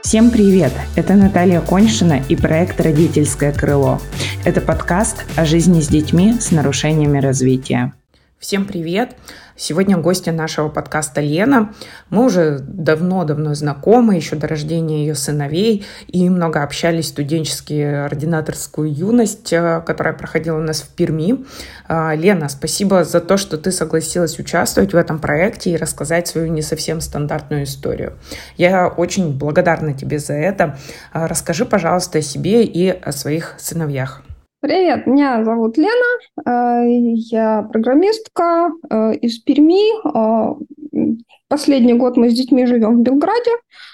Всем привет! Это Наталья Коньшина и проект «Родительское крыло». Это подкаст о жизни с детьми с нарушениями развития. Всем привет! Сегодня гостья нашего подкаста Лена. Мы уже давно-давно знакомы, еще до рождения ее сыновей, и много общались в студенческую ординаторскую юность, которая проходила у нас в Перми. Лена, спасибо за то, что ты согласилась участвовать в этом проекте и рассказать свою не совсем стандартную историю. Я очень благодарна тебе за это. Расскажи, пожалуйста, о себе и о своих сыновьях. Привет, меня зовут Лена, я программистка из Перми. Последний год мы с детьми живем в Белграде.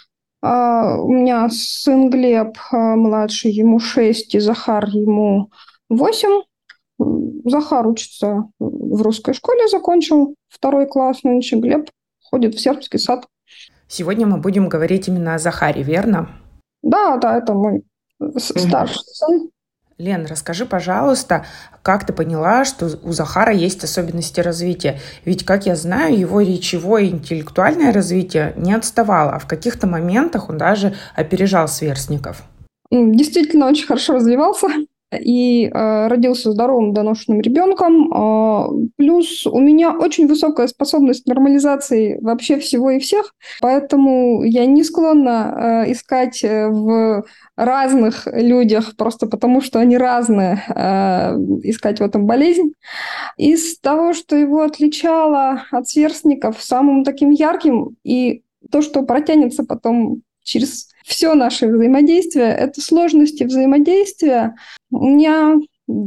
У меня сын Глеб младший, ему 6, и Захар ему 8. Захар учится в русской школе, закончил 2 класс, нынче Глеб ходит в сербский сад. Сегодня мы будем говорить именно о Захаре, верно? Да, это мой старший сын. Лен, расскажи, пожалуйста, как ты поняла, что у Захара есть особенности развития? Ведь, как я знаю, его речевое и интеллектуальное развитие не отставало, а в каких-то моментах он даже опережал сверстников. Действительно, очень хорошо развивался и родился здоровым доношенным ребенком. Плюс у меня очень высокая способность нормализации вообще всего и всех, поэтому я не склонна искать в разных людях, просто потому что они разные, искать в этом болезнь. Из того, что его отличало от сверстников самым таким ярким, и то, что протянется потом через все наше взаимодействие, это сложности взаимодействия. У меня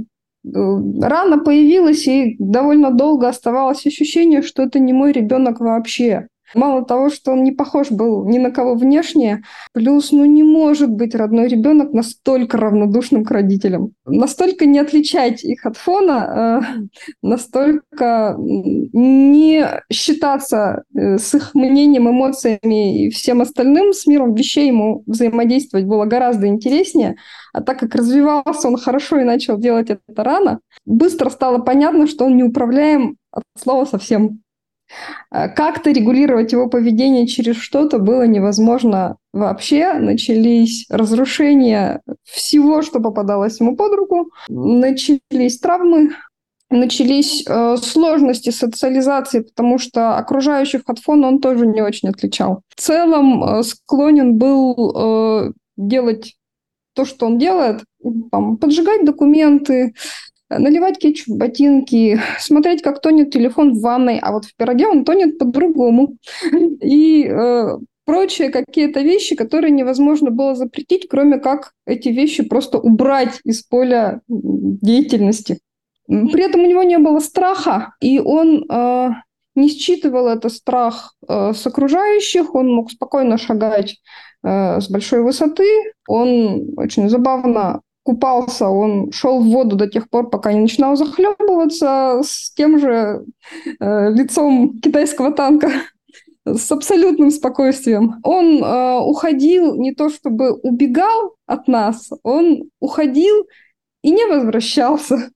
рано появилось и довольно долго оставалось ощущение, что это не мой ребенок вообще. Мало того, что он не похож был ни на кого внешне, плюс, не может быть родной ребенок настолько равнодушным к родителям. Настолько не отличать их от фона, настолько не считаться с их мнением, эмоциями и всем остальным, с миром вещей ему взаимодействовать было гораздо интереснее. А так как развивался он хорошо и начал делать это рано, быстро стало понятно, что он неуправляем от слова совсем. Как-то регулировать его поведение через что-то было невозможно вообще. Начались разрушения всего, что попадалось ему под руку. Начались травмы, начались сложности социализации, потому что окружающих от фона он тоже не очень отличал. В целом склонен был делать то, что он делает, поджигать документы, наливать кетчуп в ботинки, смотреть, как тонет телефон в ванной, а вот в пироге он тонет по-другому. И прочие какие-то вещи, которые невозможно было запретить, кроме как эти вещи просто убрать из поля деятельности. При этом у него не было страха, и он не считывал этот страх с окружающих, он мог спокойно шагать с большой высоты, он очень забавно купался, он шел в воду до тех пор, пока не начинал захлебываться с тем же лицом китайского танка, с абсолютным спокойствием. Он уходил, не то чтобы убегал от нас, он уходил и не возвращался.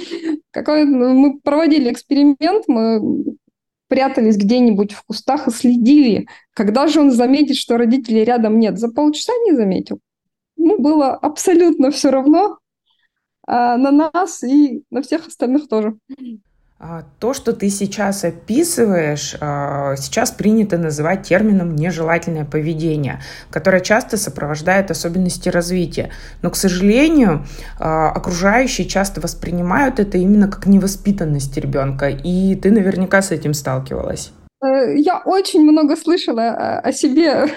Мы проводили эксперимент, мы прятались где-нибудь в кустах и следили, когда же он заметит, что родителей рядом нет. За полчаса не заметил. Ему было абсолютно все равно на нас и на всех остальных тоже. То, что ты сейчас описываешь, сейчас принято называть термином «нежелательное поведение», которое часто сопровождает особенности развития. Но, к сожалению, окружающие часто воспринимают это именно как невоспитанность ребенка, и ты наверняка с этим сталкивалась. Я очень много слышала о себе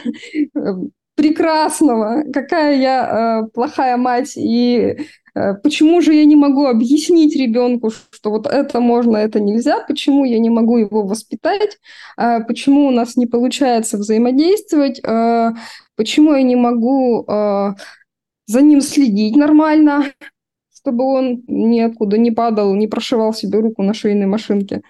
прекрасного, какая я плохая мать, и почему же я не могу объяснить ребенку, что вот это можно, это нельзя, почему я не могу его воспитать, почему у нас не получается взаимодействовать, почему я не могу за ним следить нормально, чтобы он ниоткуда не падал, не прошивал себе руку на швейной машинке,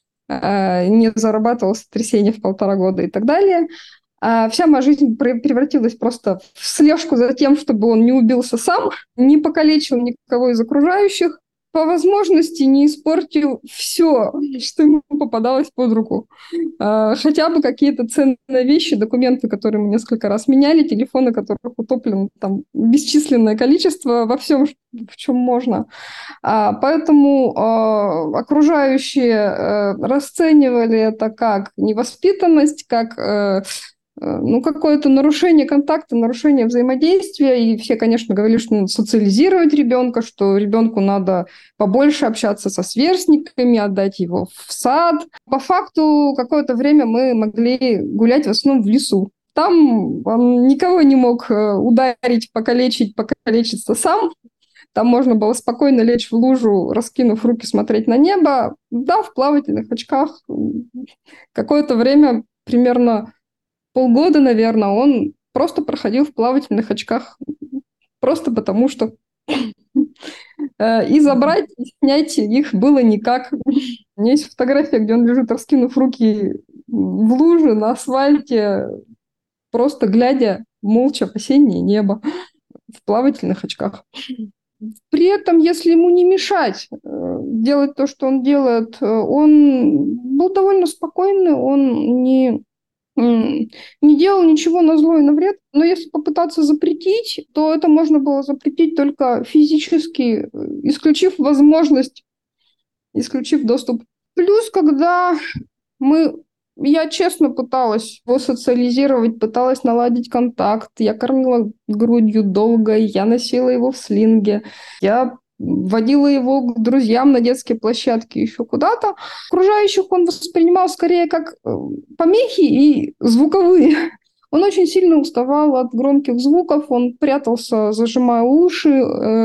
не зарабатывал сотрясение в 1,5 года и так далее. Вся моя жизнь превратилась просто в слежку за тем, чтобы он не убился сам, не покалечил никого из окружающих. по возможности не испортил все, что ему попадалось под руку. Хотя бы какие-то ценные вещи, документы, которые мы несколько раз меняли, телефоны, которых утоплено там бесчисленное количество во всем, в чем можно. Поэтому окружающие расценивали это как невоспитанность, как какое-то нарушение контакта, нарушение взаимодействия, и все, конечно, говорили, что надо социализировать ребенка, что ребенку надо побольше общаться со сверстниками, отдать его в сад. По факту, какое-то время мы могли гулять в основном в лесу. Там он никого не мог ударить, покалечиться сам. Там можно было спокойно лечь в лужу, раскинув руки, смотреть на небо. Да, в плавательных очках. Какое-то время, примерно полгода, наверное, он просто проходил в плавательных очках, просто потому что и забрать, и снять их было никак. У меня есть фотография, где он лежит, раскинув руки в луже на асфальте, просто глядя молча в осеннее небо в плавательных очках. При этом, если ему не мешать делать то, что он делает, он был довольно спокойный, он не делал ничего на зло и на вред. Но если попытаться запретить, то это можно было запретить только физически, исключив доступ. Плюс, когда я честно пыталась его социализировать, пыталась наладить контакт. Я кормила грудью долго, я носила его в слинге, я водила его к друзьям на детские площадки, еще куда-то. Окружающих он воспринимал скорее как помехи и звуковые. Он очень сильно уставал от громких звуков, он прятался, зажимая уши,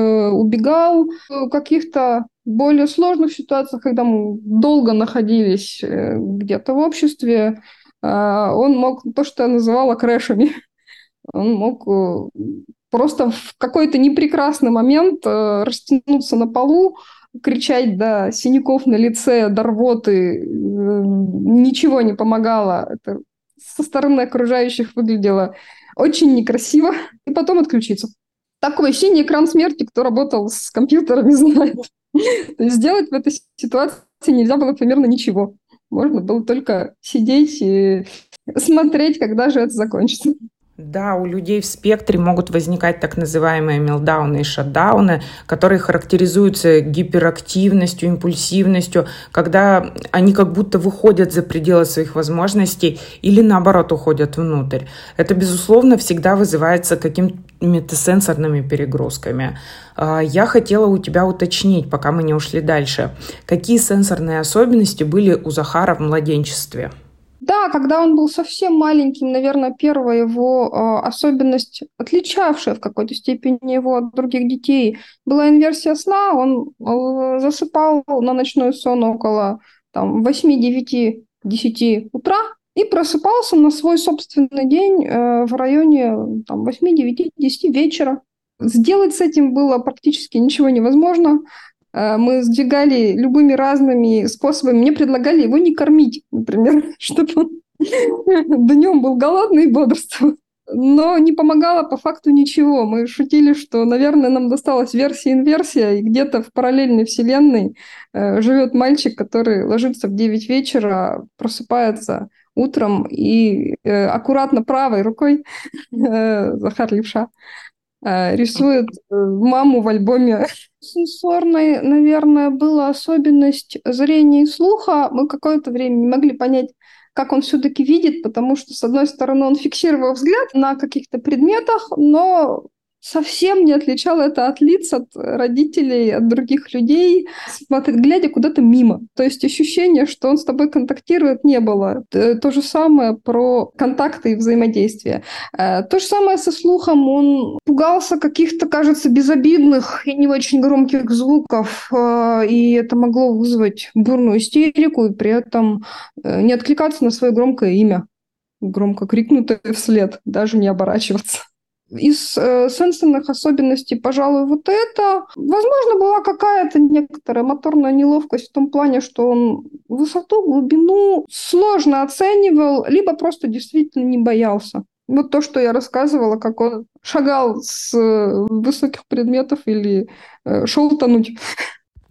убегал в каких-то более сложных ситуациях, когда мы долго находились где-то в обществе. Он мог то, что я называла крэшами. Он мог просто в какой-то непрекрасный момент растянуться на полу, кричать до синяков на лице, до рвоты. Ничего не помогало. Это со стороны окружающих выглядело очень некрасиво. И потом отключиться. Такой синий экран смерти, кто работал с компьютерами, знает. То есть сделать в этой ситуации нельзя было примерно ничего. Можно было только сидеть и смотреть, когда же это закончится. Да, у людей в спектре могут возникать так называемые мелдауны и шатдауны, которые характеризуются гиперактивностью, импульсивностью, когда они как будто выходят за пределы своих возможностей или наоборот уходят внутрь. Это, безусловно, всегда вызывается какими-то сенсорными перегрузками. Я хотела у тебя уточнить, пока мы не ушли дальше, какие сенсорные особенности были у Захара в младенчестве? Да, когда он был совсем маленьким, наверное, первая его особенность, отличавшая в какой-то степени его от других детей, была инверсия сна. Он засыпал на ночной сон около 8, 9, 10 утра и просыпался на свой собственный день в районе 8, 9, 10 вечера. Сделать с этим было практически ничего невозможно. Мы сдвигали любыми разными способами. Мне предлагали его не кормить, например, чтобы он днем был голодный и бодрствовал. Но не помогало по факту ничего. Мы шутили, что, наверное, нам досталась версия-инверсия, и где-то в параллельной вселенной живет мальчик, который ложится в 9 вечера, просыпается утром и аккуратно правой рукой, Захар Левша, рисует маму в альбоме. Сенсорной, наверное, была особенность зрения и слуха. Мы какое-то время не могли понять, как он все-таки видит, потому что, с одной стороны, он фиксировал взгляд на каких-то предметах, но совсем не отличал это от лиц, от родителей, от других людей, глядя куда-то мимо. То есть ощущение, что он с тобой контактирует, не было. То же самое про контакты и взаимодействие. То же самое со слухом. Он пугался каких-то, кажется, безобидных и не очень громких звуков, и это могло вызвать бурную истерику, и при этом не откликаться на свое громкое имя, громко крикнутое вслед, даже не оборачиваться. Из сенсорных особенностей, пожалуй, вот это. Возможно, была какая-то некоторая моторная неловкость в том плане, что он высоту, глубину сложно оценивал, либо просто действительно не боялся. Вот то, что я рассказывала, как он шагал с высоких предметов или шел тонуть.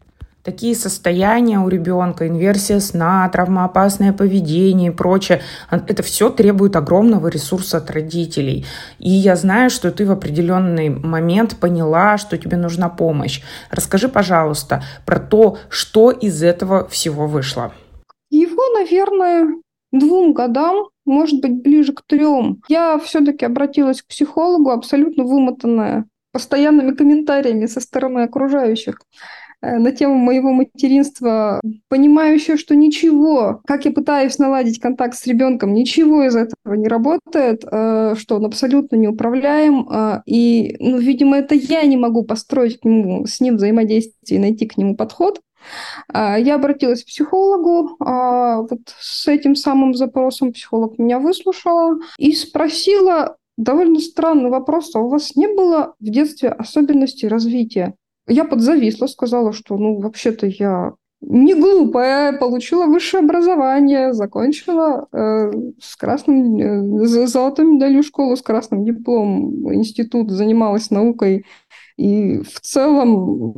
такие состояния у ребенка, инверсия сна, травмоопасное поведение и прочее, это все требует огромного ресурса от родителей. И я знаю, что ты в определенный момент поняла, что тебе нужна помощь. Расскажи, пожалуйста, про то, что из этого всего вышло. Его, наверное, 2 годам, может быть, ближе к 3. Я все-таки обратилась к психологу, абсолютно вымотанная постоянными комментариями со стороны окружающих на тему моего материнства, понимающая, что ничего, как я пытаюсь наладить контакт с ребенком, ничего из этого не работает, что он абсолютно неуправляем, и, видимо, это я не могу построить с ним взаимодействие и найти к нему подход. Я обратилась к психологу, вот с этим самым запросом психолог меня выслушала и спросила довольно странный вопрос: а у вас не было в детстве особенностей развития? Я подзависла, сказала, что, вообще-то я не глупая, получила высшее образование, закончила с золотой медалью школу, с красным дипломом, институт, занималась наукой. И в целом,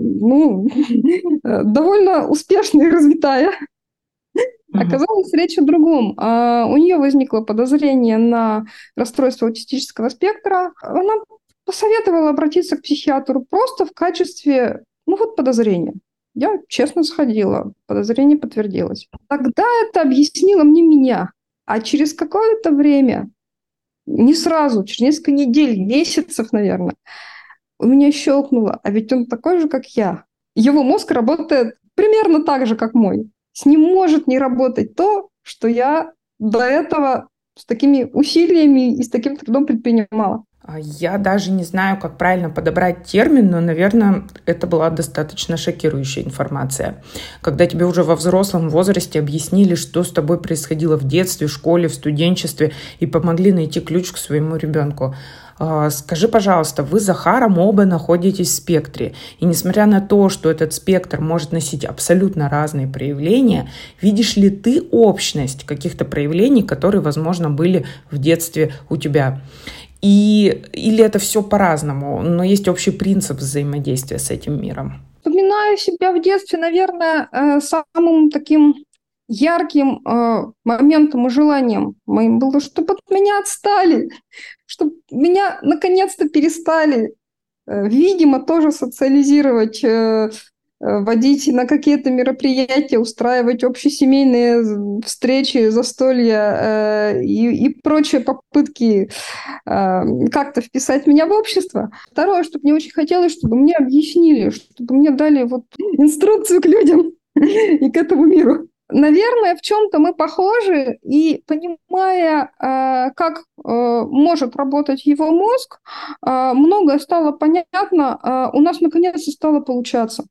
довольно успешная и развитая. Оказалось, речь о другом. У нее возникло подозрение на расстройство аутистического спектра. Она посоветовала обратиться к психиатру просто в качестве, подозрения. Я честно сходила, подозрение подтвердилось. Тогда это объяснило мне меня. А через какое-то время, не сразу, через несколько недель, месяцев, наверное, у меня щелкнуло, а ведь он такой же, как я. Его мозг работает примерно так же, как мой. С ним может не работать то, что я до этого с такими усилиями и с таким трудом предпринимала. Я даже не знаю, как правильно подобрать термин, но, наверное, это была достаточно шокирующая информация. Когда тебе уже во взрослом возрасте объяснили, что с тобой происходило в детстве, в школе, в студенчестве, и помогли найти ключ к своему ребенку. Скажи, пожалуйста, вы с Захаром оба находитесь в спектре. И несмотря на то, что этот спектр может носить абсолютно разные проявления, видишь ли ты общность каких-то проявлений, которые, возможно, были в детстве у тебя? Или это все по-разному, но есть общий принцип взаимодействия с этим миром? Вспоминаю себя в детстве, наверное, самым таким ярким моментом и желанием моим было, чтобы от меня отстали, чтобы меня наконец-то перестали, видимо, тоже социализировать, водить на какие-то мероприятия, устраивать общесемейные встречи, застолья и прочие попытки как-то вписать меня в общество. Второе, что мне очень хотелось, чтобы мне объяснили, чтобы мне дали инструкцию к людям и к этому миру. Наверное, в чем-то мы похожи, и понимая, как может работать его мозг, многое стало понятно, у нас наконец-то стало получаться.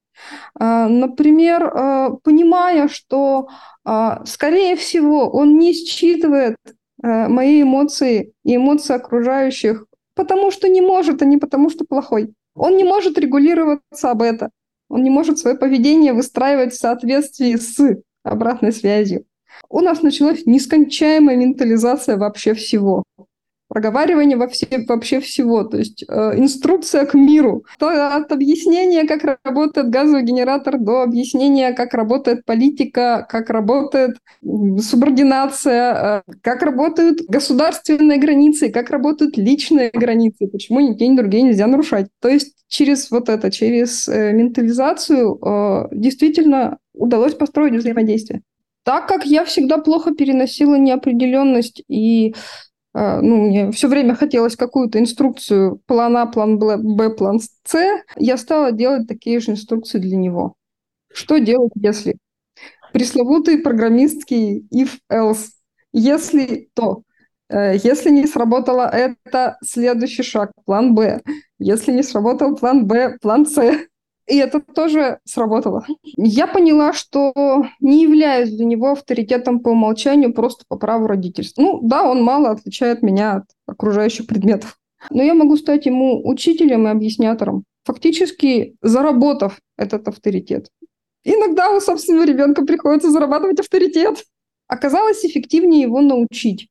Например, понимая, что, скорее всего, он не считывает мои эмоции и эмоции окружающих, потому что не может, а не потому что плохой. Он не может регулироваться об этом. Он не может свое поведение выстраивать в соответствии с обратной связью. У нас началась нескончаемая ментализация вообще всего. Проговаривание вообще всего, то есть инструкция к миру. От объяснения, как работает газовый генератор, до объяснения, как работает политика, как работает субординация, как работают государственные границы, как работают личные границы, почему ни те, ни другие нельзя нарушать. То есть через через ментализацию действительно удалось построить взаимодействие. Так как я всегда плохо переносила неопределенность и мне все время хотелось какую-то инструкцию, план А, план Б, план С, я стала делать такие же инструкции для него. Что делать, если? Пресловутый программистский if-else. Если то. Если не сработало это, следующий шаг, план Б. Если не сработал план Б, план С. И это тоже сработало. Я поняла, что не являюсь для него авторитетом по умолчанию, просто по праву родительства. Да, он мало отличает меня от окружающих предметов. Но я могу стать ему учителем и объяснятором, фактически заработав этот авторитет. Иногда у собственного ребенка приходится зарабатывать авторитет. Оказалось эффективнее его научить.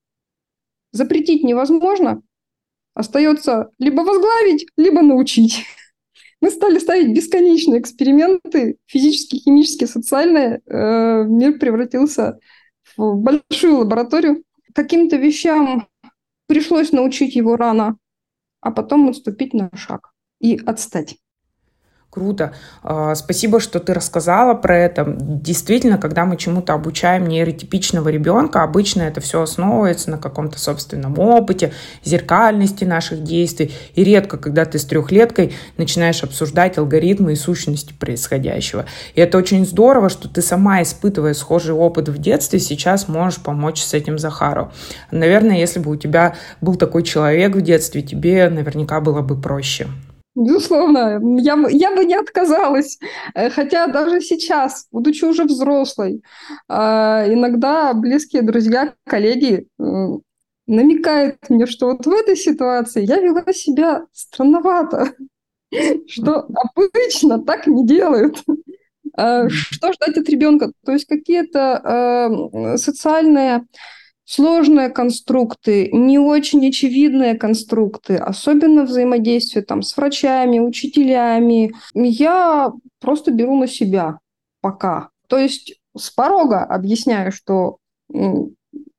Запретить невозможно. Остается либо возглавить, либо научить. Мы стали ставить бесконечные эксперименты, физические, химические, социальные. Мир превратился в большую лабораторию. Каким-то вещам пришлось научить его рано, а потом отступить на шаг и отстать. Круто. Спасибо, что ты рассказала про это. Действительно, когда мы чему-то обучаем нейротипичного ребенка, обычно это все основывается на каком-то собственном опыте, зеркальности наших действий. И редко, когда ты с трехлеткой начинаешь обсуждать алгоритмы и сущности происходящего. И это очень здорово, что ты сама, испытывая схожий опыт в детстве, сейчас можешь помочь с этим Захару. Наверное, если бы у тебя был такой человек в детстве, тебе наверняка было бы проще. Безусловно, я бы не отказалась. Хотя даже сейчас, будучи уже взрослой, иногда близкие друзья, коллеги намекают мне, что вот в этой ситуации я вела себя странновато, что обычно так не делают. Что ждать от ребенка? То есть какие-то социальные сложные конструкты, не очень очевидные конструкты, особенно взаимодействие там с врачами, учителями, я просто беру на себя пока. То есть с порога объясняю, что у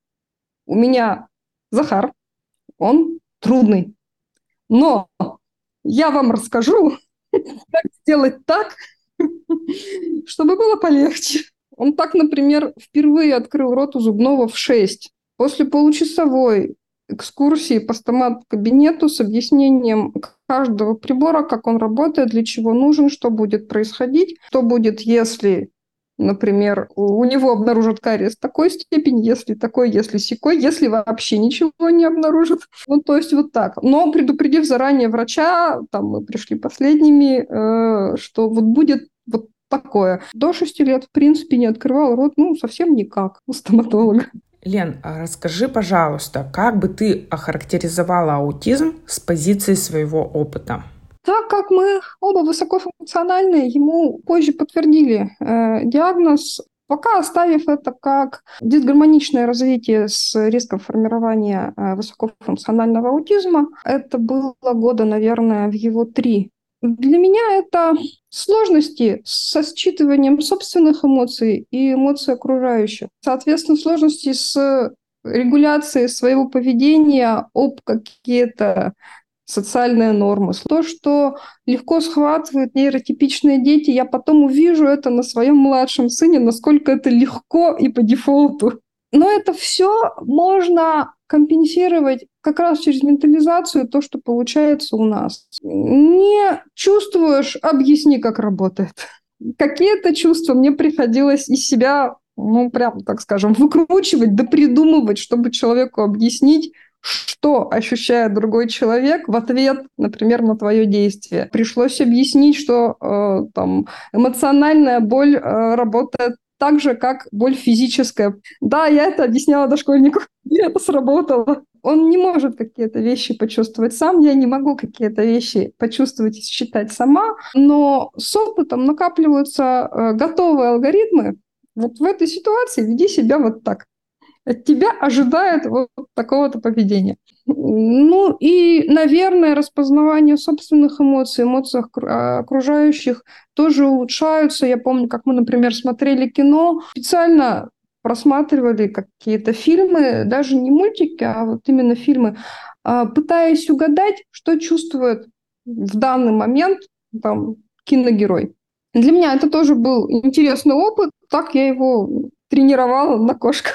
меня Захар, он трудный, но я вам расскажу, как сделать так, чтобы было полегче. Он так, например, впервые открыл рот у зубного в 6. После получасовой экскурсии по стомат-кабинету с объяснением каждого прибора, как он работает, для чего нужен, что будет происходить, что будет, если, например, у него обнаружат кариес такой степени, если такой, если сякой, если вообще ничего не обнаружат. Ну, то есть вот так. Но предупредив заранее врача, там мы пришли последними, что вот будет вот такое. До 6 лет, в принципе, не открывал рот, совсем никак у стоматолога. Лен, а расскажи, пожалуйста, как бы ты охарактеризовала аутизм с позиции своего опыта? Так как мы оба высокофункциональные, ему позже подтвердили диагноз, пока оставив это как дисгармоничное развитие с риском формирования высокофункционального аутизма. Это было года, наверное, в его 3. Для меня это сложности со считыванием собственных эмоций и эмоций окружающих. Соответственно, сложности с регуляцией своего поведения об какие-то социальные нормы. То, что легко схватывают нейротипичные дети, я потом увижу это на своем младшем сыне, насколько это легко и по дефолту. Но это все можно компенсировать как раз через ментализацию, то, что получается у нас. Не чувствуешь, объясни, как работает. Какие-то чувства мне приходилось из себя, прям, так скажем, выкручивать, допридумывать, чтобы человеку объяснить, что ощущает другой человек в ответ, например, на твое действие. Пришлось объяснить, что эмоциональная боль работает так же, как боль физическая. Да, я это объясняла дошкольнику, и это сработало. Он не может какие-то вещи почувствовать сам, я не могу какие-то вещи почувствовать и считать сама, но с опытом накапливаются готовые алгоритмы. Вот в этой ситуации веди себя вот так. От тебя ожидают вот такого-то поведения. И, наверное, распознавание собственных эмоций, эмоций окружающих тоже улучшаются. Я помню, как мы, например, смотрели кино, специально просматривали какие-то фильмы, даже не мультики, а вот именно фильмы, пытаясь угадать, что чувствует в данный момент киногерой. Для меня это тоже был интересный опыт, так я его тренировала на кошках,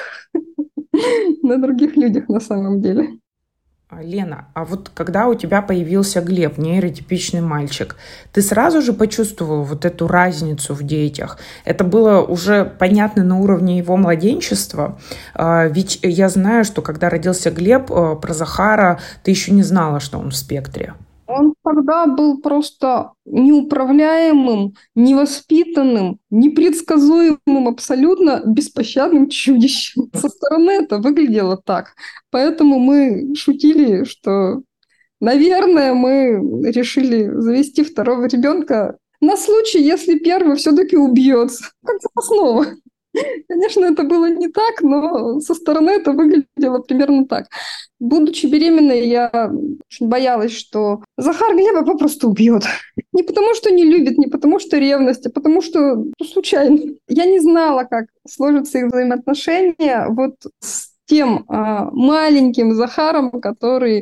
на других людях на самом деле. Лена, а вот когда у тебя появился Глеб, нейротипичный мальчик, ты сразу же почувствовала вот эту разницу в детях? Это было уже понятно на уровне его младенчества? Ведь я знаю, что когда родился Глеб, про Захара ты еще не знала, что он в спектре. Он тогда был просто неуправляемым, невоспитанным, непредсказуемым, абсолютно беспощадным чудищем. Со стороны это выглядело так. Поэтому мы шутили, что, наверное, мы решили завести второго ребенка на случай, если первый все-таки убьется. Как запасного. Конечно, это было не так, но со стороны это выглядело примерно так. Будучи беременной, я очень боялась, что Захар Глеба попросту убьет. Не потому, что не любит, не потому, что ревность, а потому, что случайно. Я не знала, как сложатся их взаимоотношения вот с тем маленьким Захаром, который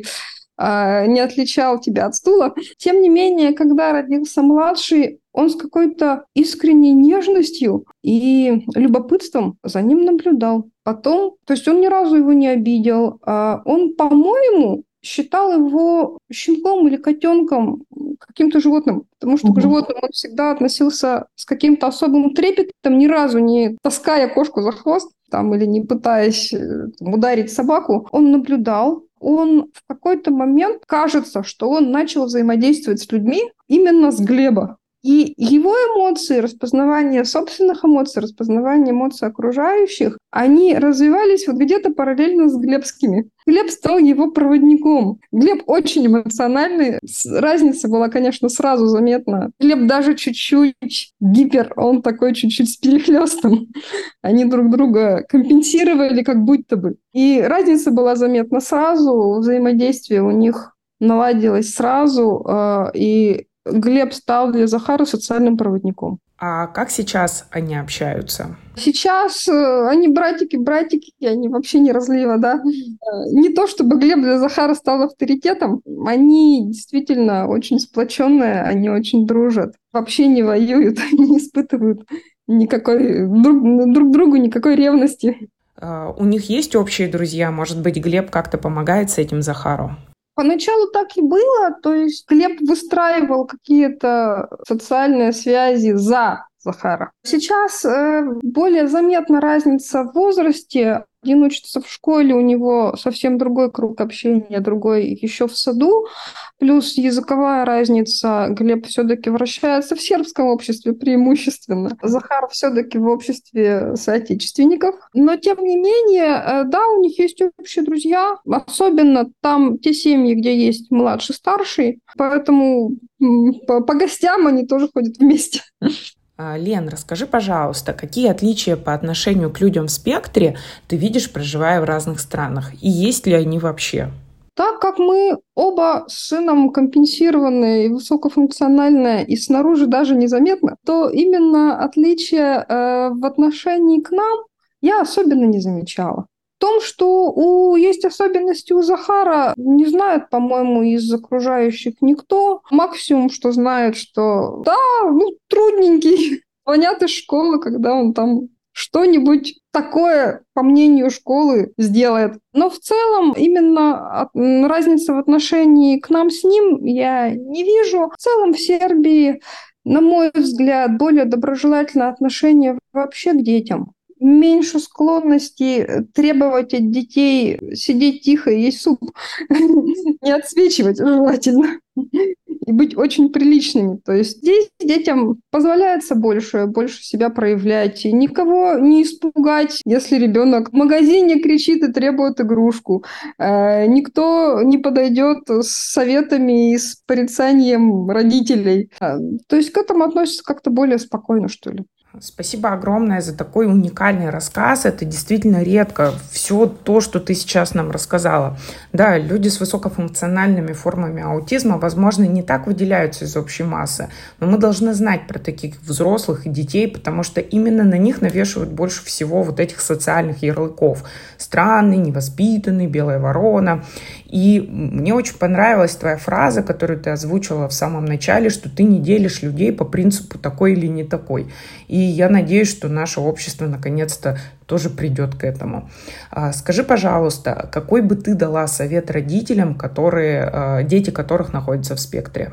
не отличал тебя от стула. Тем не менее, когда родился младший, он с какой-то искренней нежностью и любопытством за ним наблюдал. Потом, то есть он ни разу его не обидел. Он, по-моему, считал его щенком или котенком, каким-то животным, потому что к животным он всегда относился с каким-то особым трепетом, ни разу не таская кошку за хвост там, или не пытаясь ударить собаку. Он наблюдал, он в какой-то момент, кажется, что он начал взаимодействовать с людьми именно с Глеба. И его эмоции, распознавание собственных эмоций, распознавание эмоций окружающих, они развивались вот где-то параллельно с глебскими. Глеб стал его проводником. Глеб очень эмоциональный. Разница была, конечно, сразу заметна. Глеб даже чуть-чуть гипер, он такой чуть-чуть с перехлестом. Они друг друга компенсировали как будто бы. И разница была заметна сразу, взаимодействие у них наладилось сразу, и Глеб стал для Захара социальным проводником. А как сейчас они общаются? Сейчас они братики, они вообще не разлива, да. Не то, чтобы Глеб для Захара стал авторитетом, они действительно очень сплоченные, они очень дружат, вообще не воюют, не испытывают никакой друг другу никакой ревности. У них есть общие друзья? Может быть, Глеб как-то помогает с этим Захару? Поначалу так и было, то есть Глеб выстраивал какие-то социальные связи за Захара. Сейчас более заметна разница в возрасте. Один учится в школе, у него совсем другой круг общения, другой еще в саду. Плюс языковая разница. Глеб все-таки вращается в сербском обществе преимущественно. Захар все-таки в обществе соотечественников. Но, тем не менее, да, у них есть общие друзья. Особенно там те семьи, где есть младший, старший. Поэтому по гостям они тоже ходят вместе. Лен, расскажи, пожалуйста, какие отличия по отношению к людям в спектре ты видишь, проживая в разных странах? И есть ли они вообще? Так как мы оба с сыном компенсированные и высокофункциональные, и снаружи даже незаметно, то именно отличие в отношении к нам я особенно не замечала. В том, что есть особенности у Захара, не знает, по-моему, из окружающих никто. Максимум, что знает, что да, трудненький, звонят из школы, когда он там что-нибудь такое, по мнению школы, сделает. Но в целом именно разницы в отношении к нам с ним я не вижу. В целом в Сербии, на мой взгляд, более доброжелательное отношение вообще к детям. Меньше склонности требовать от детей сидеть тихо и есть суп. Не отсвечивать желательно. И быть очень приличными. То есть здесь детям позволяется больше себя проявлять. И никого не испугать, если ребенок в магазине кричит и требует игрушку. Никто не подойдет с советами и с порицанием родителей. То есть к этому относятся как-то более спокойно, что ли. Спасибо огромное за такой уникальный рассказ. Это действительно редко. Все то, что ты сейчас нам рассказала. Да, люди с высокофункциональными формами аутизма, возможно, не так выделяются из общей массы. Но мы должны знать про таких взрослых и детей, потому что именно на них навешивают больше всего вот этих социальных ярлыков. Странный, невоспитанный, белая ворона. И мне очень понравилась твоя фраза, которую ты озвучила в самом начале, что ты не делишь людей по принципу такой или не такой. И я надеюсь, что наше общество наконец-то тоже придет к этому. Скажи, пожалуйста, какой бы ты дала совет родителям, дети которых находятся в спектре?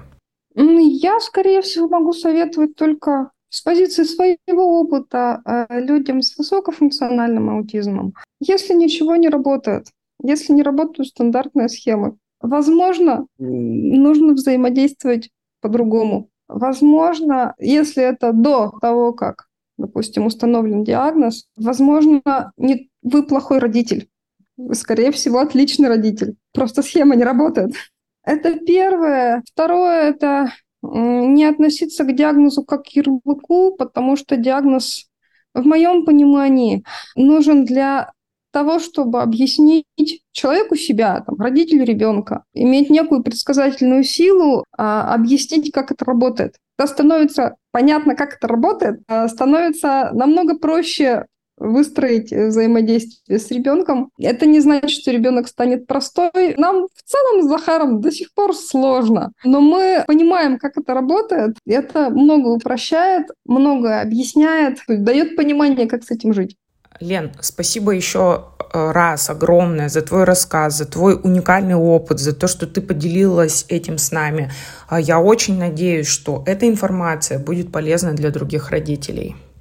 Я, скорее всего, могу советовать только с позиции своего опыта людям с высокофункциональным аутизмом. Если ничего не работает, если не работают стандартные схемы, возможно, нужно взаимодействовать по-другому. Возможно, если это до того, как, допустим, установлен диагноз, возможно, не вы плохой родитель. Вы, скорее всего, отличный родитель. Просто схема не работает. Это первое. Второе – это не относиться к диагнозу как к ярлыку, потому что диагноз, в моем понимании, нужен для того, чтобы объяснить человеку себя, там, родителю ребенка, иметь некую предсказательную силу, объяснить, как это работает. Когда становится понятно, как это работает, становится намного проще выстроить взаимодействие с ребенком. Это не значит, что ребенок станет простой. Нам в целом с Захаром до сих пор сложно, но мы понимаем, как это работает. Это много упрощает, много объясняет, дает понимание, как с этим жить. Лен, спасибо еще раз огромное за твой рассказ, за твой уникальный опыт, за то, что ты поделилась этим с нами. Я очень надеюсь, что эта информация будет полезна для других родителей.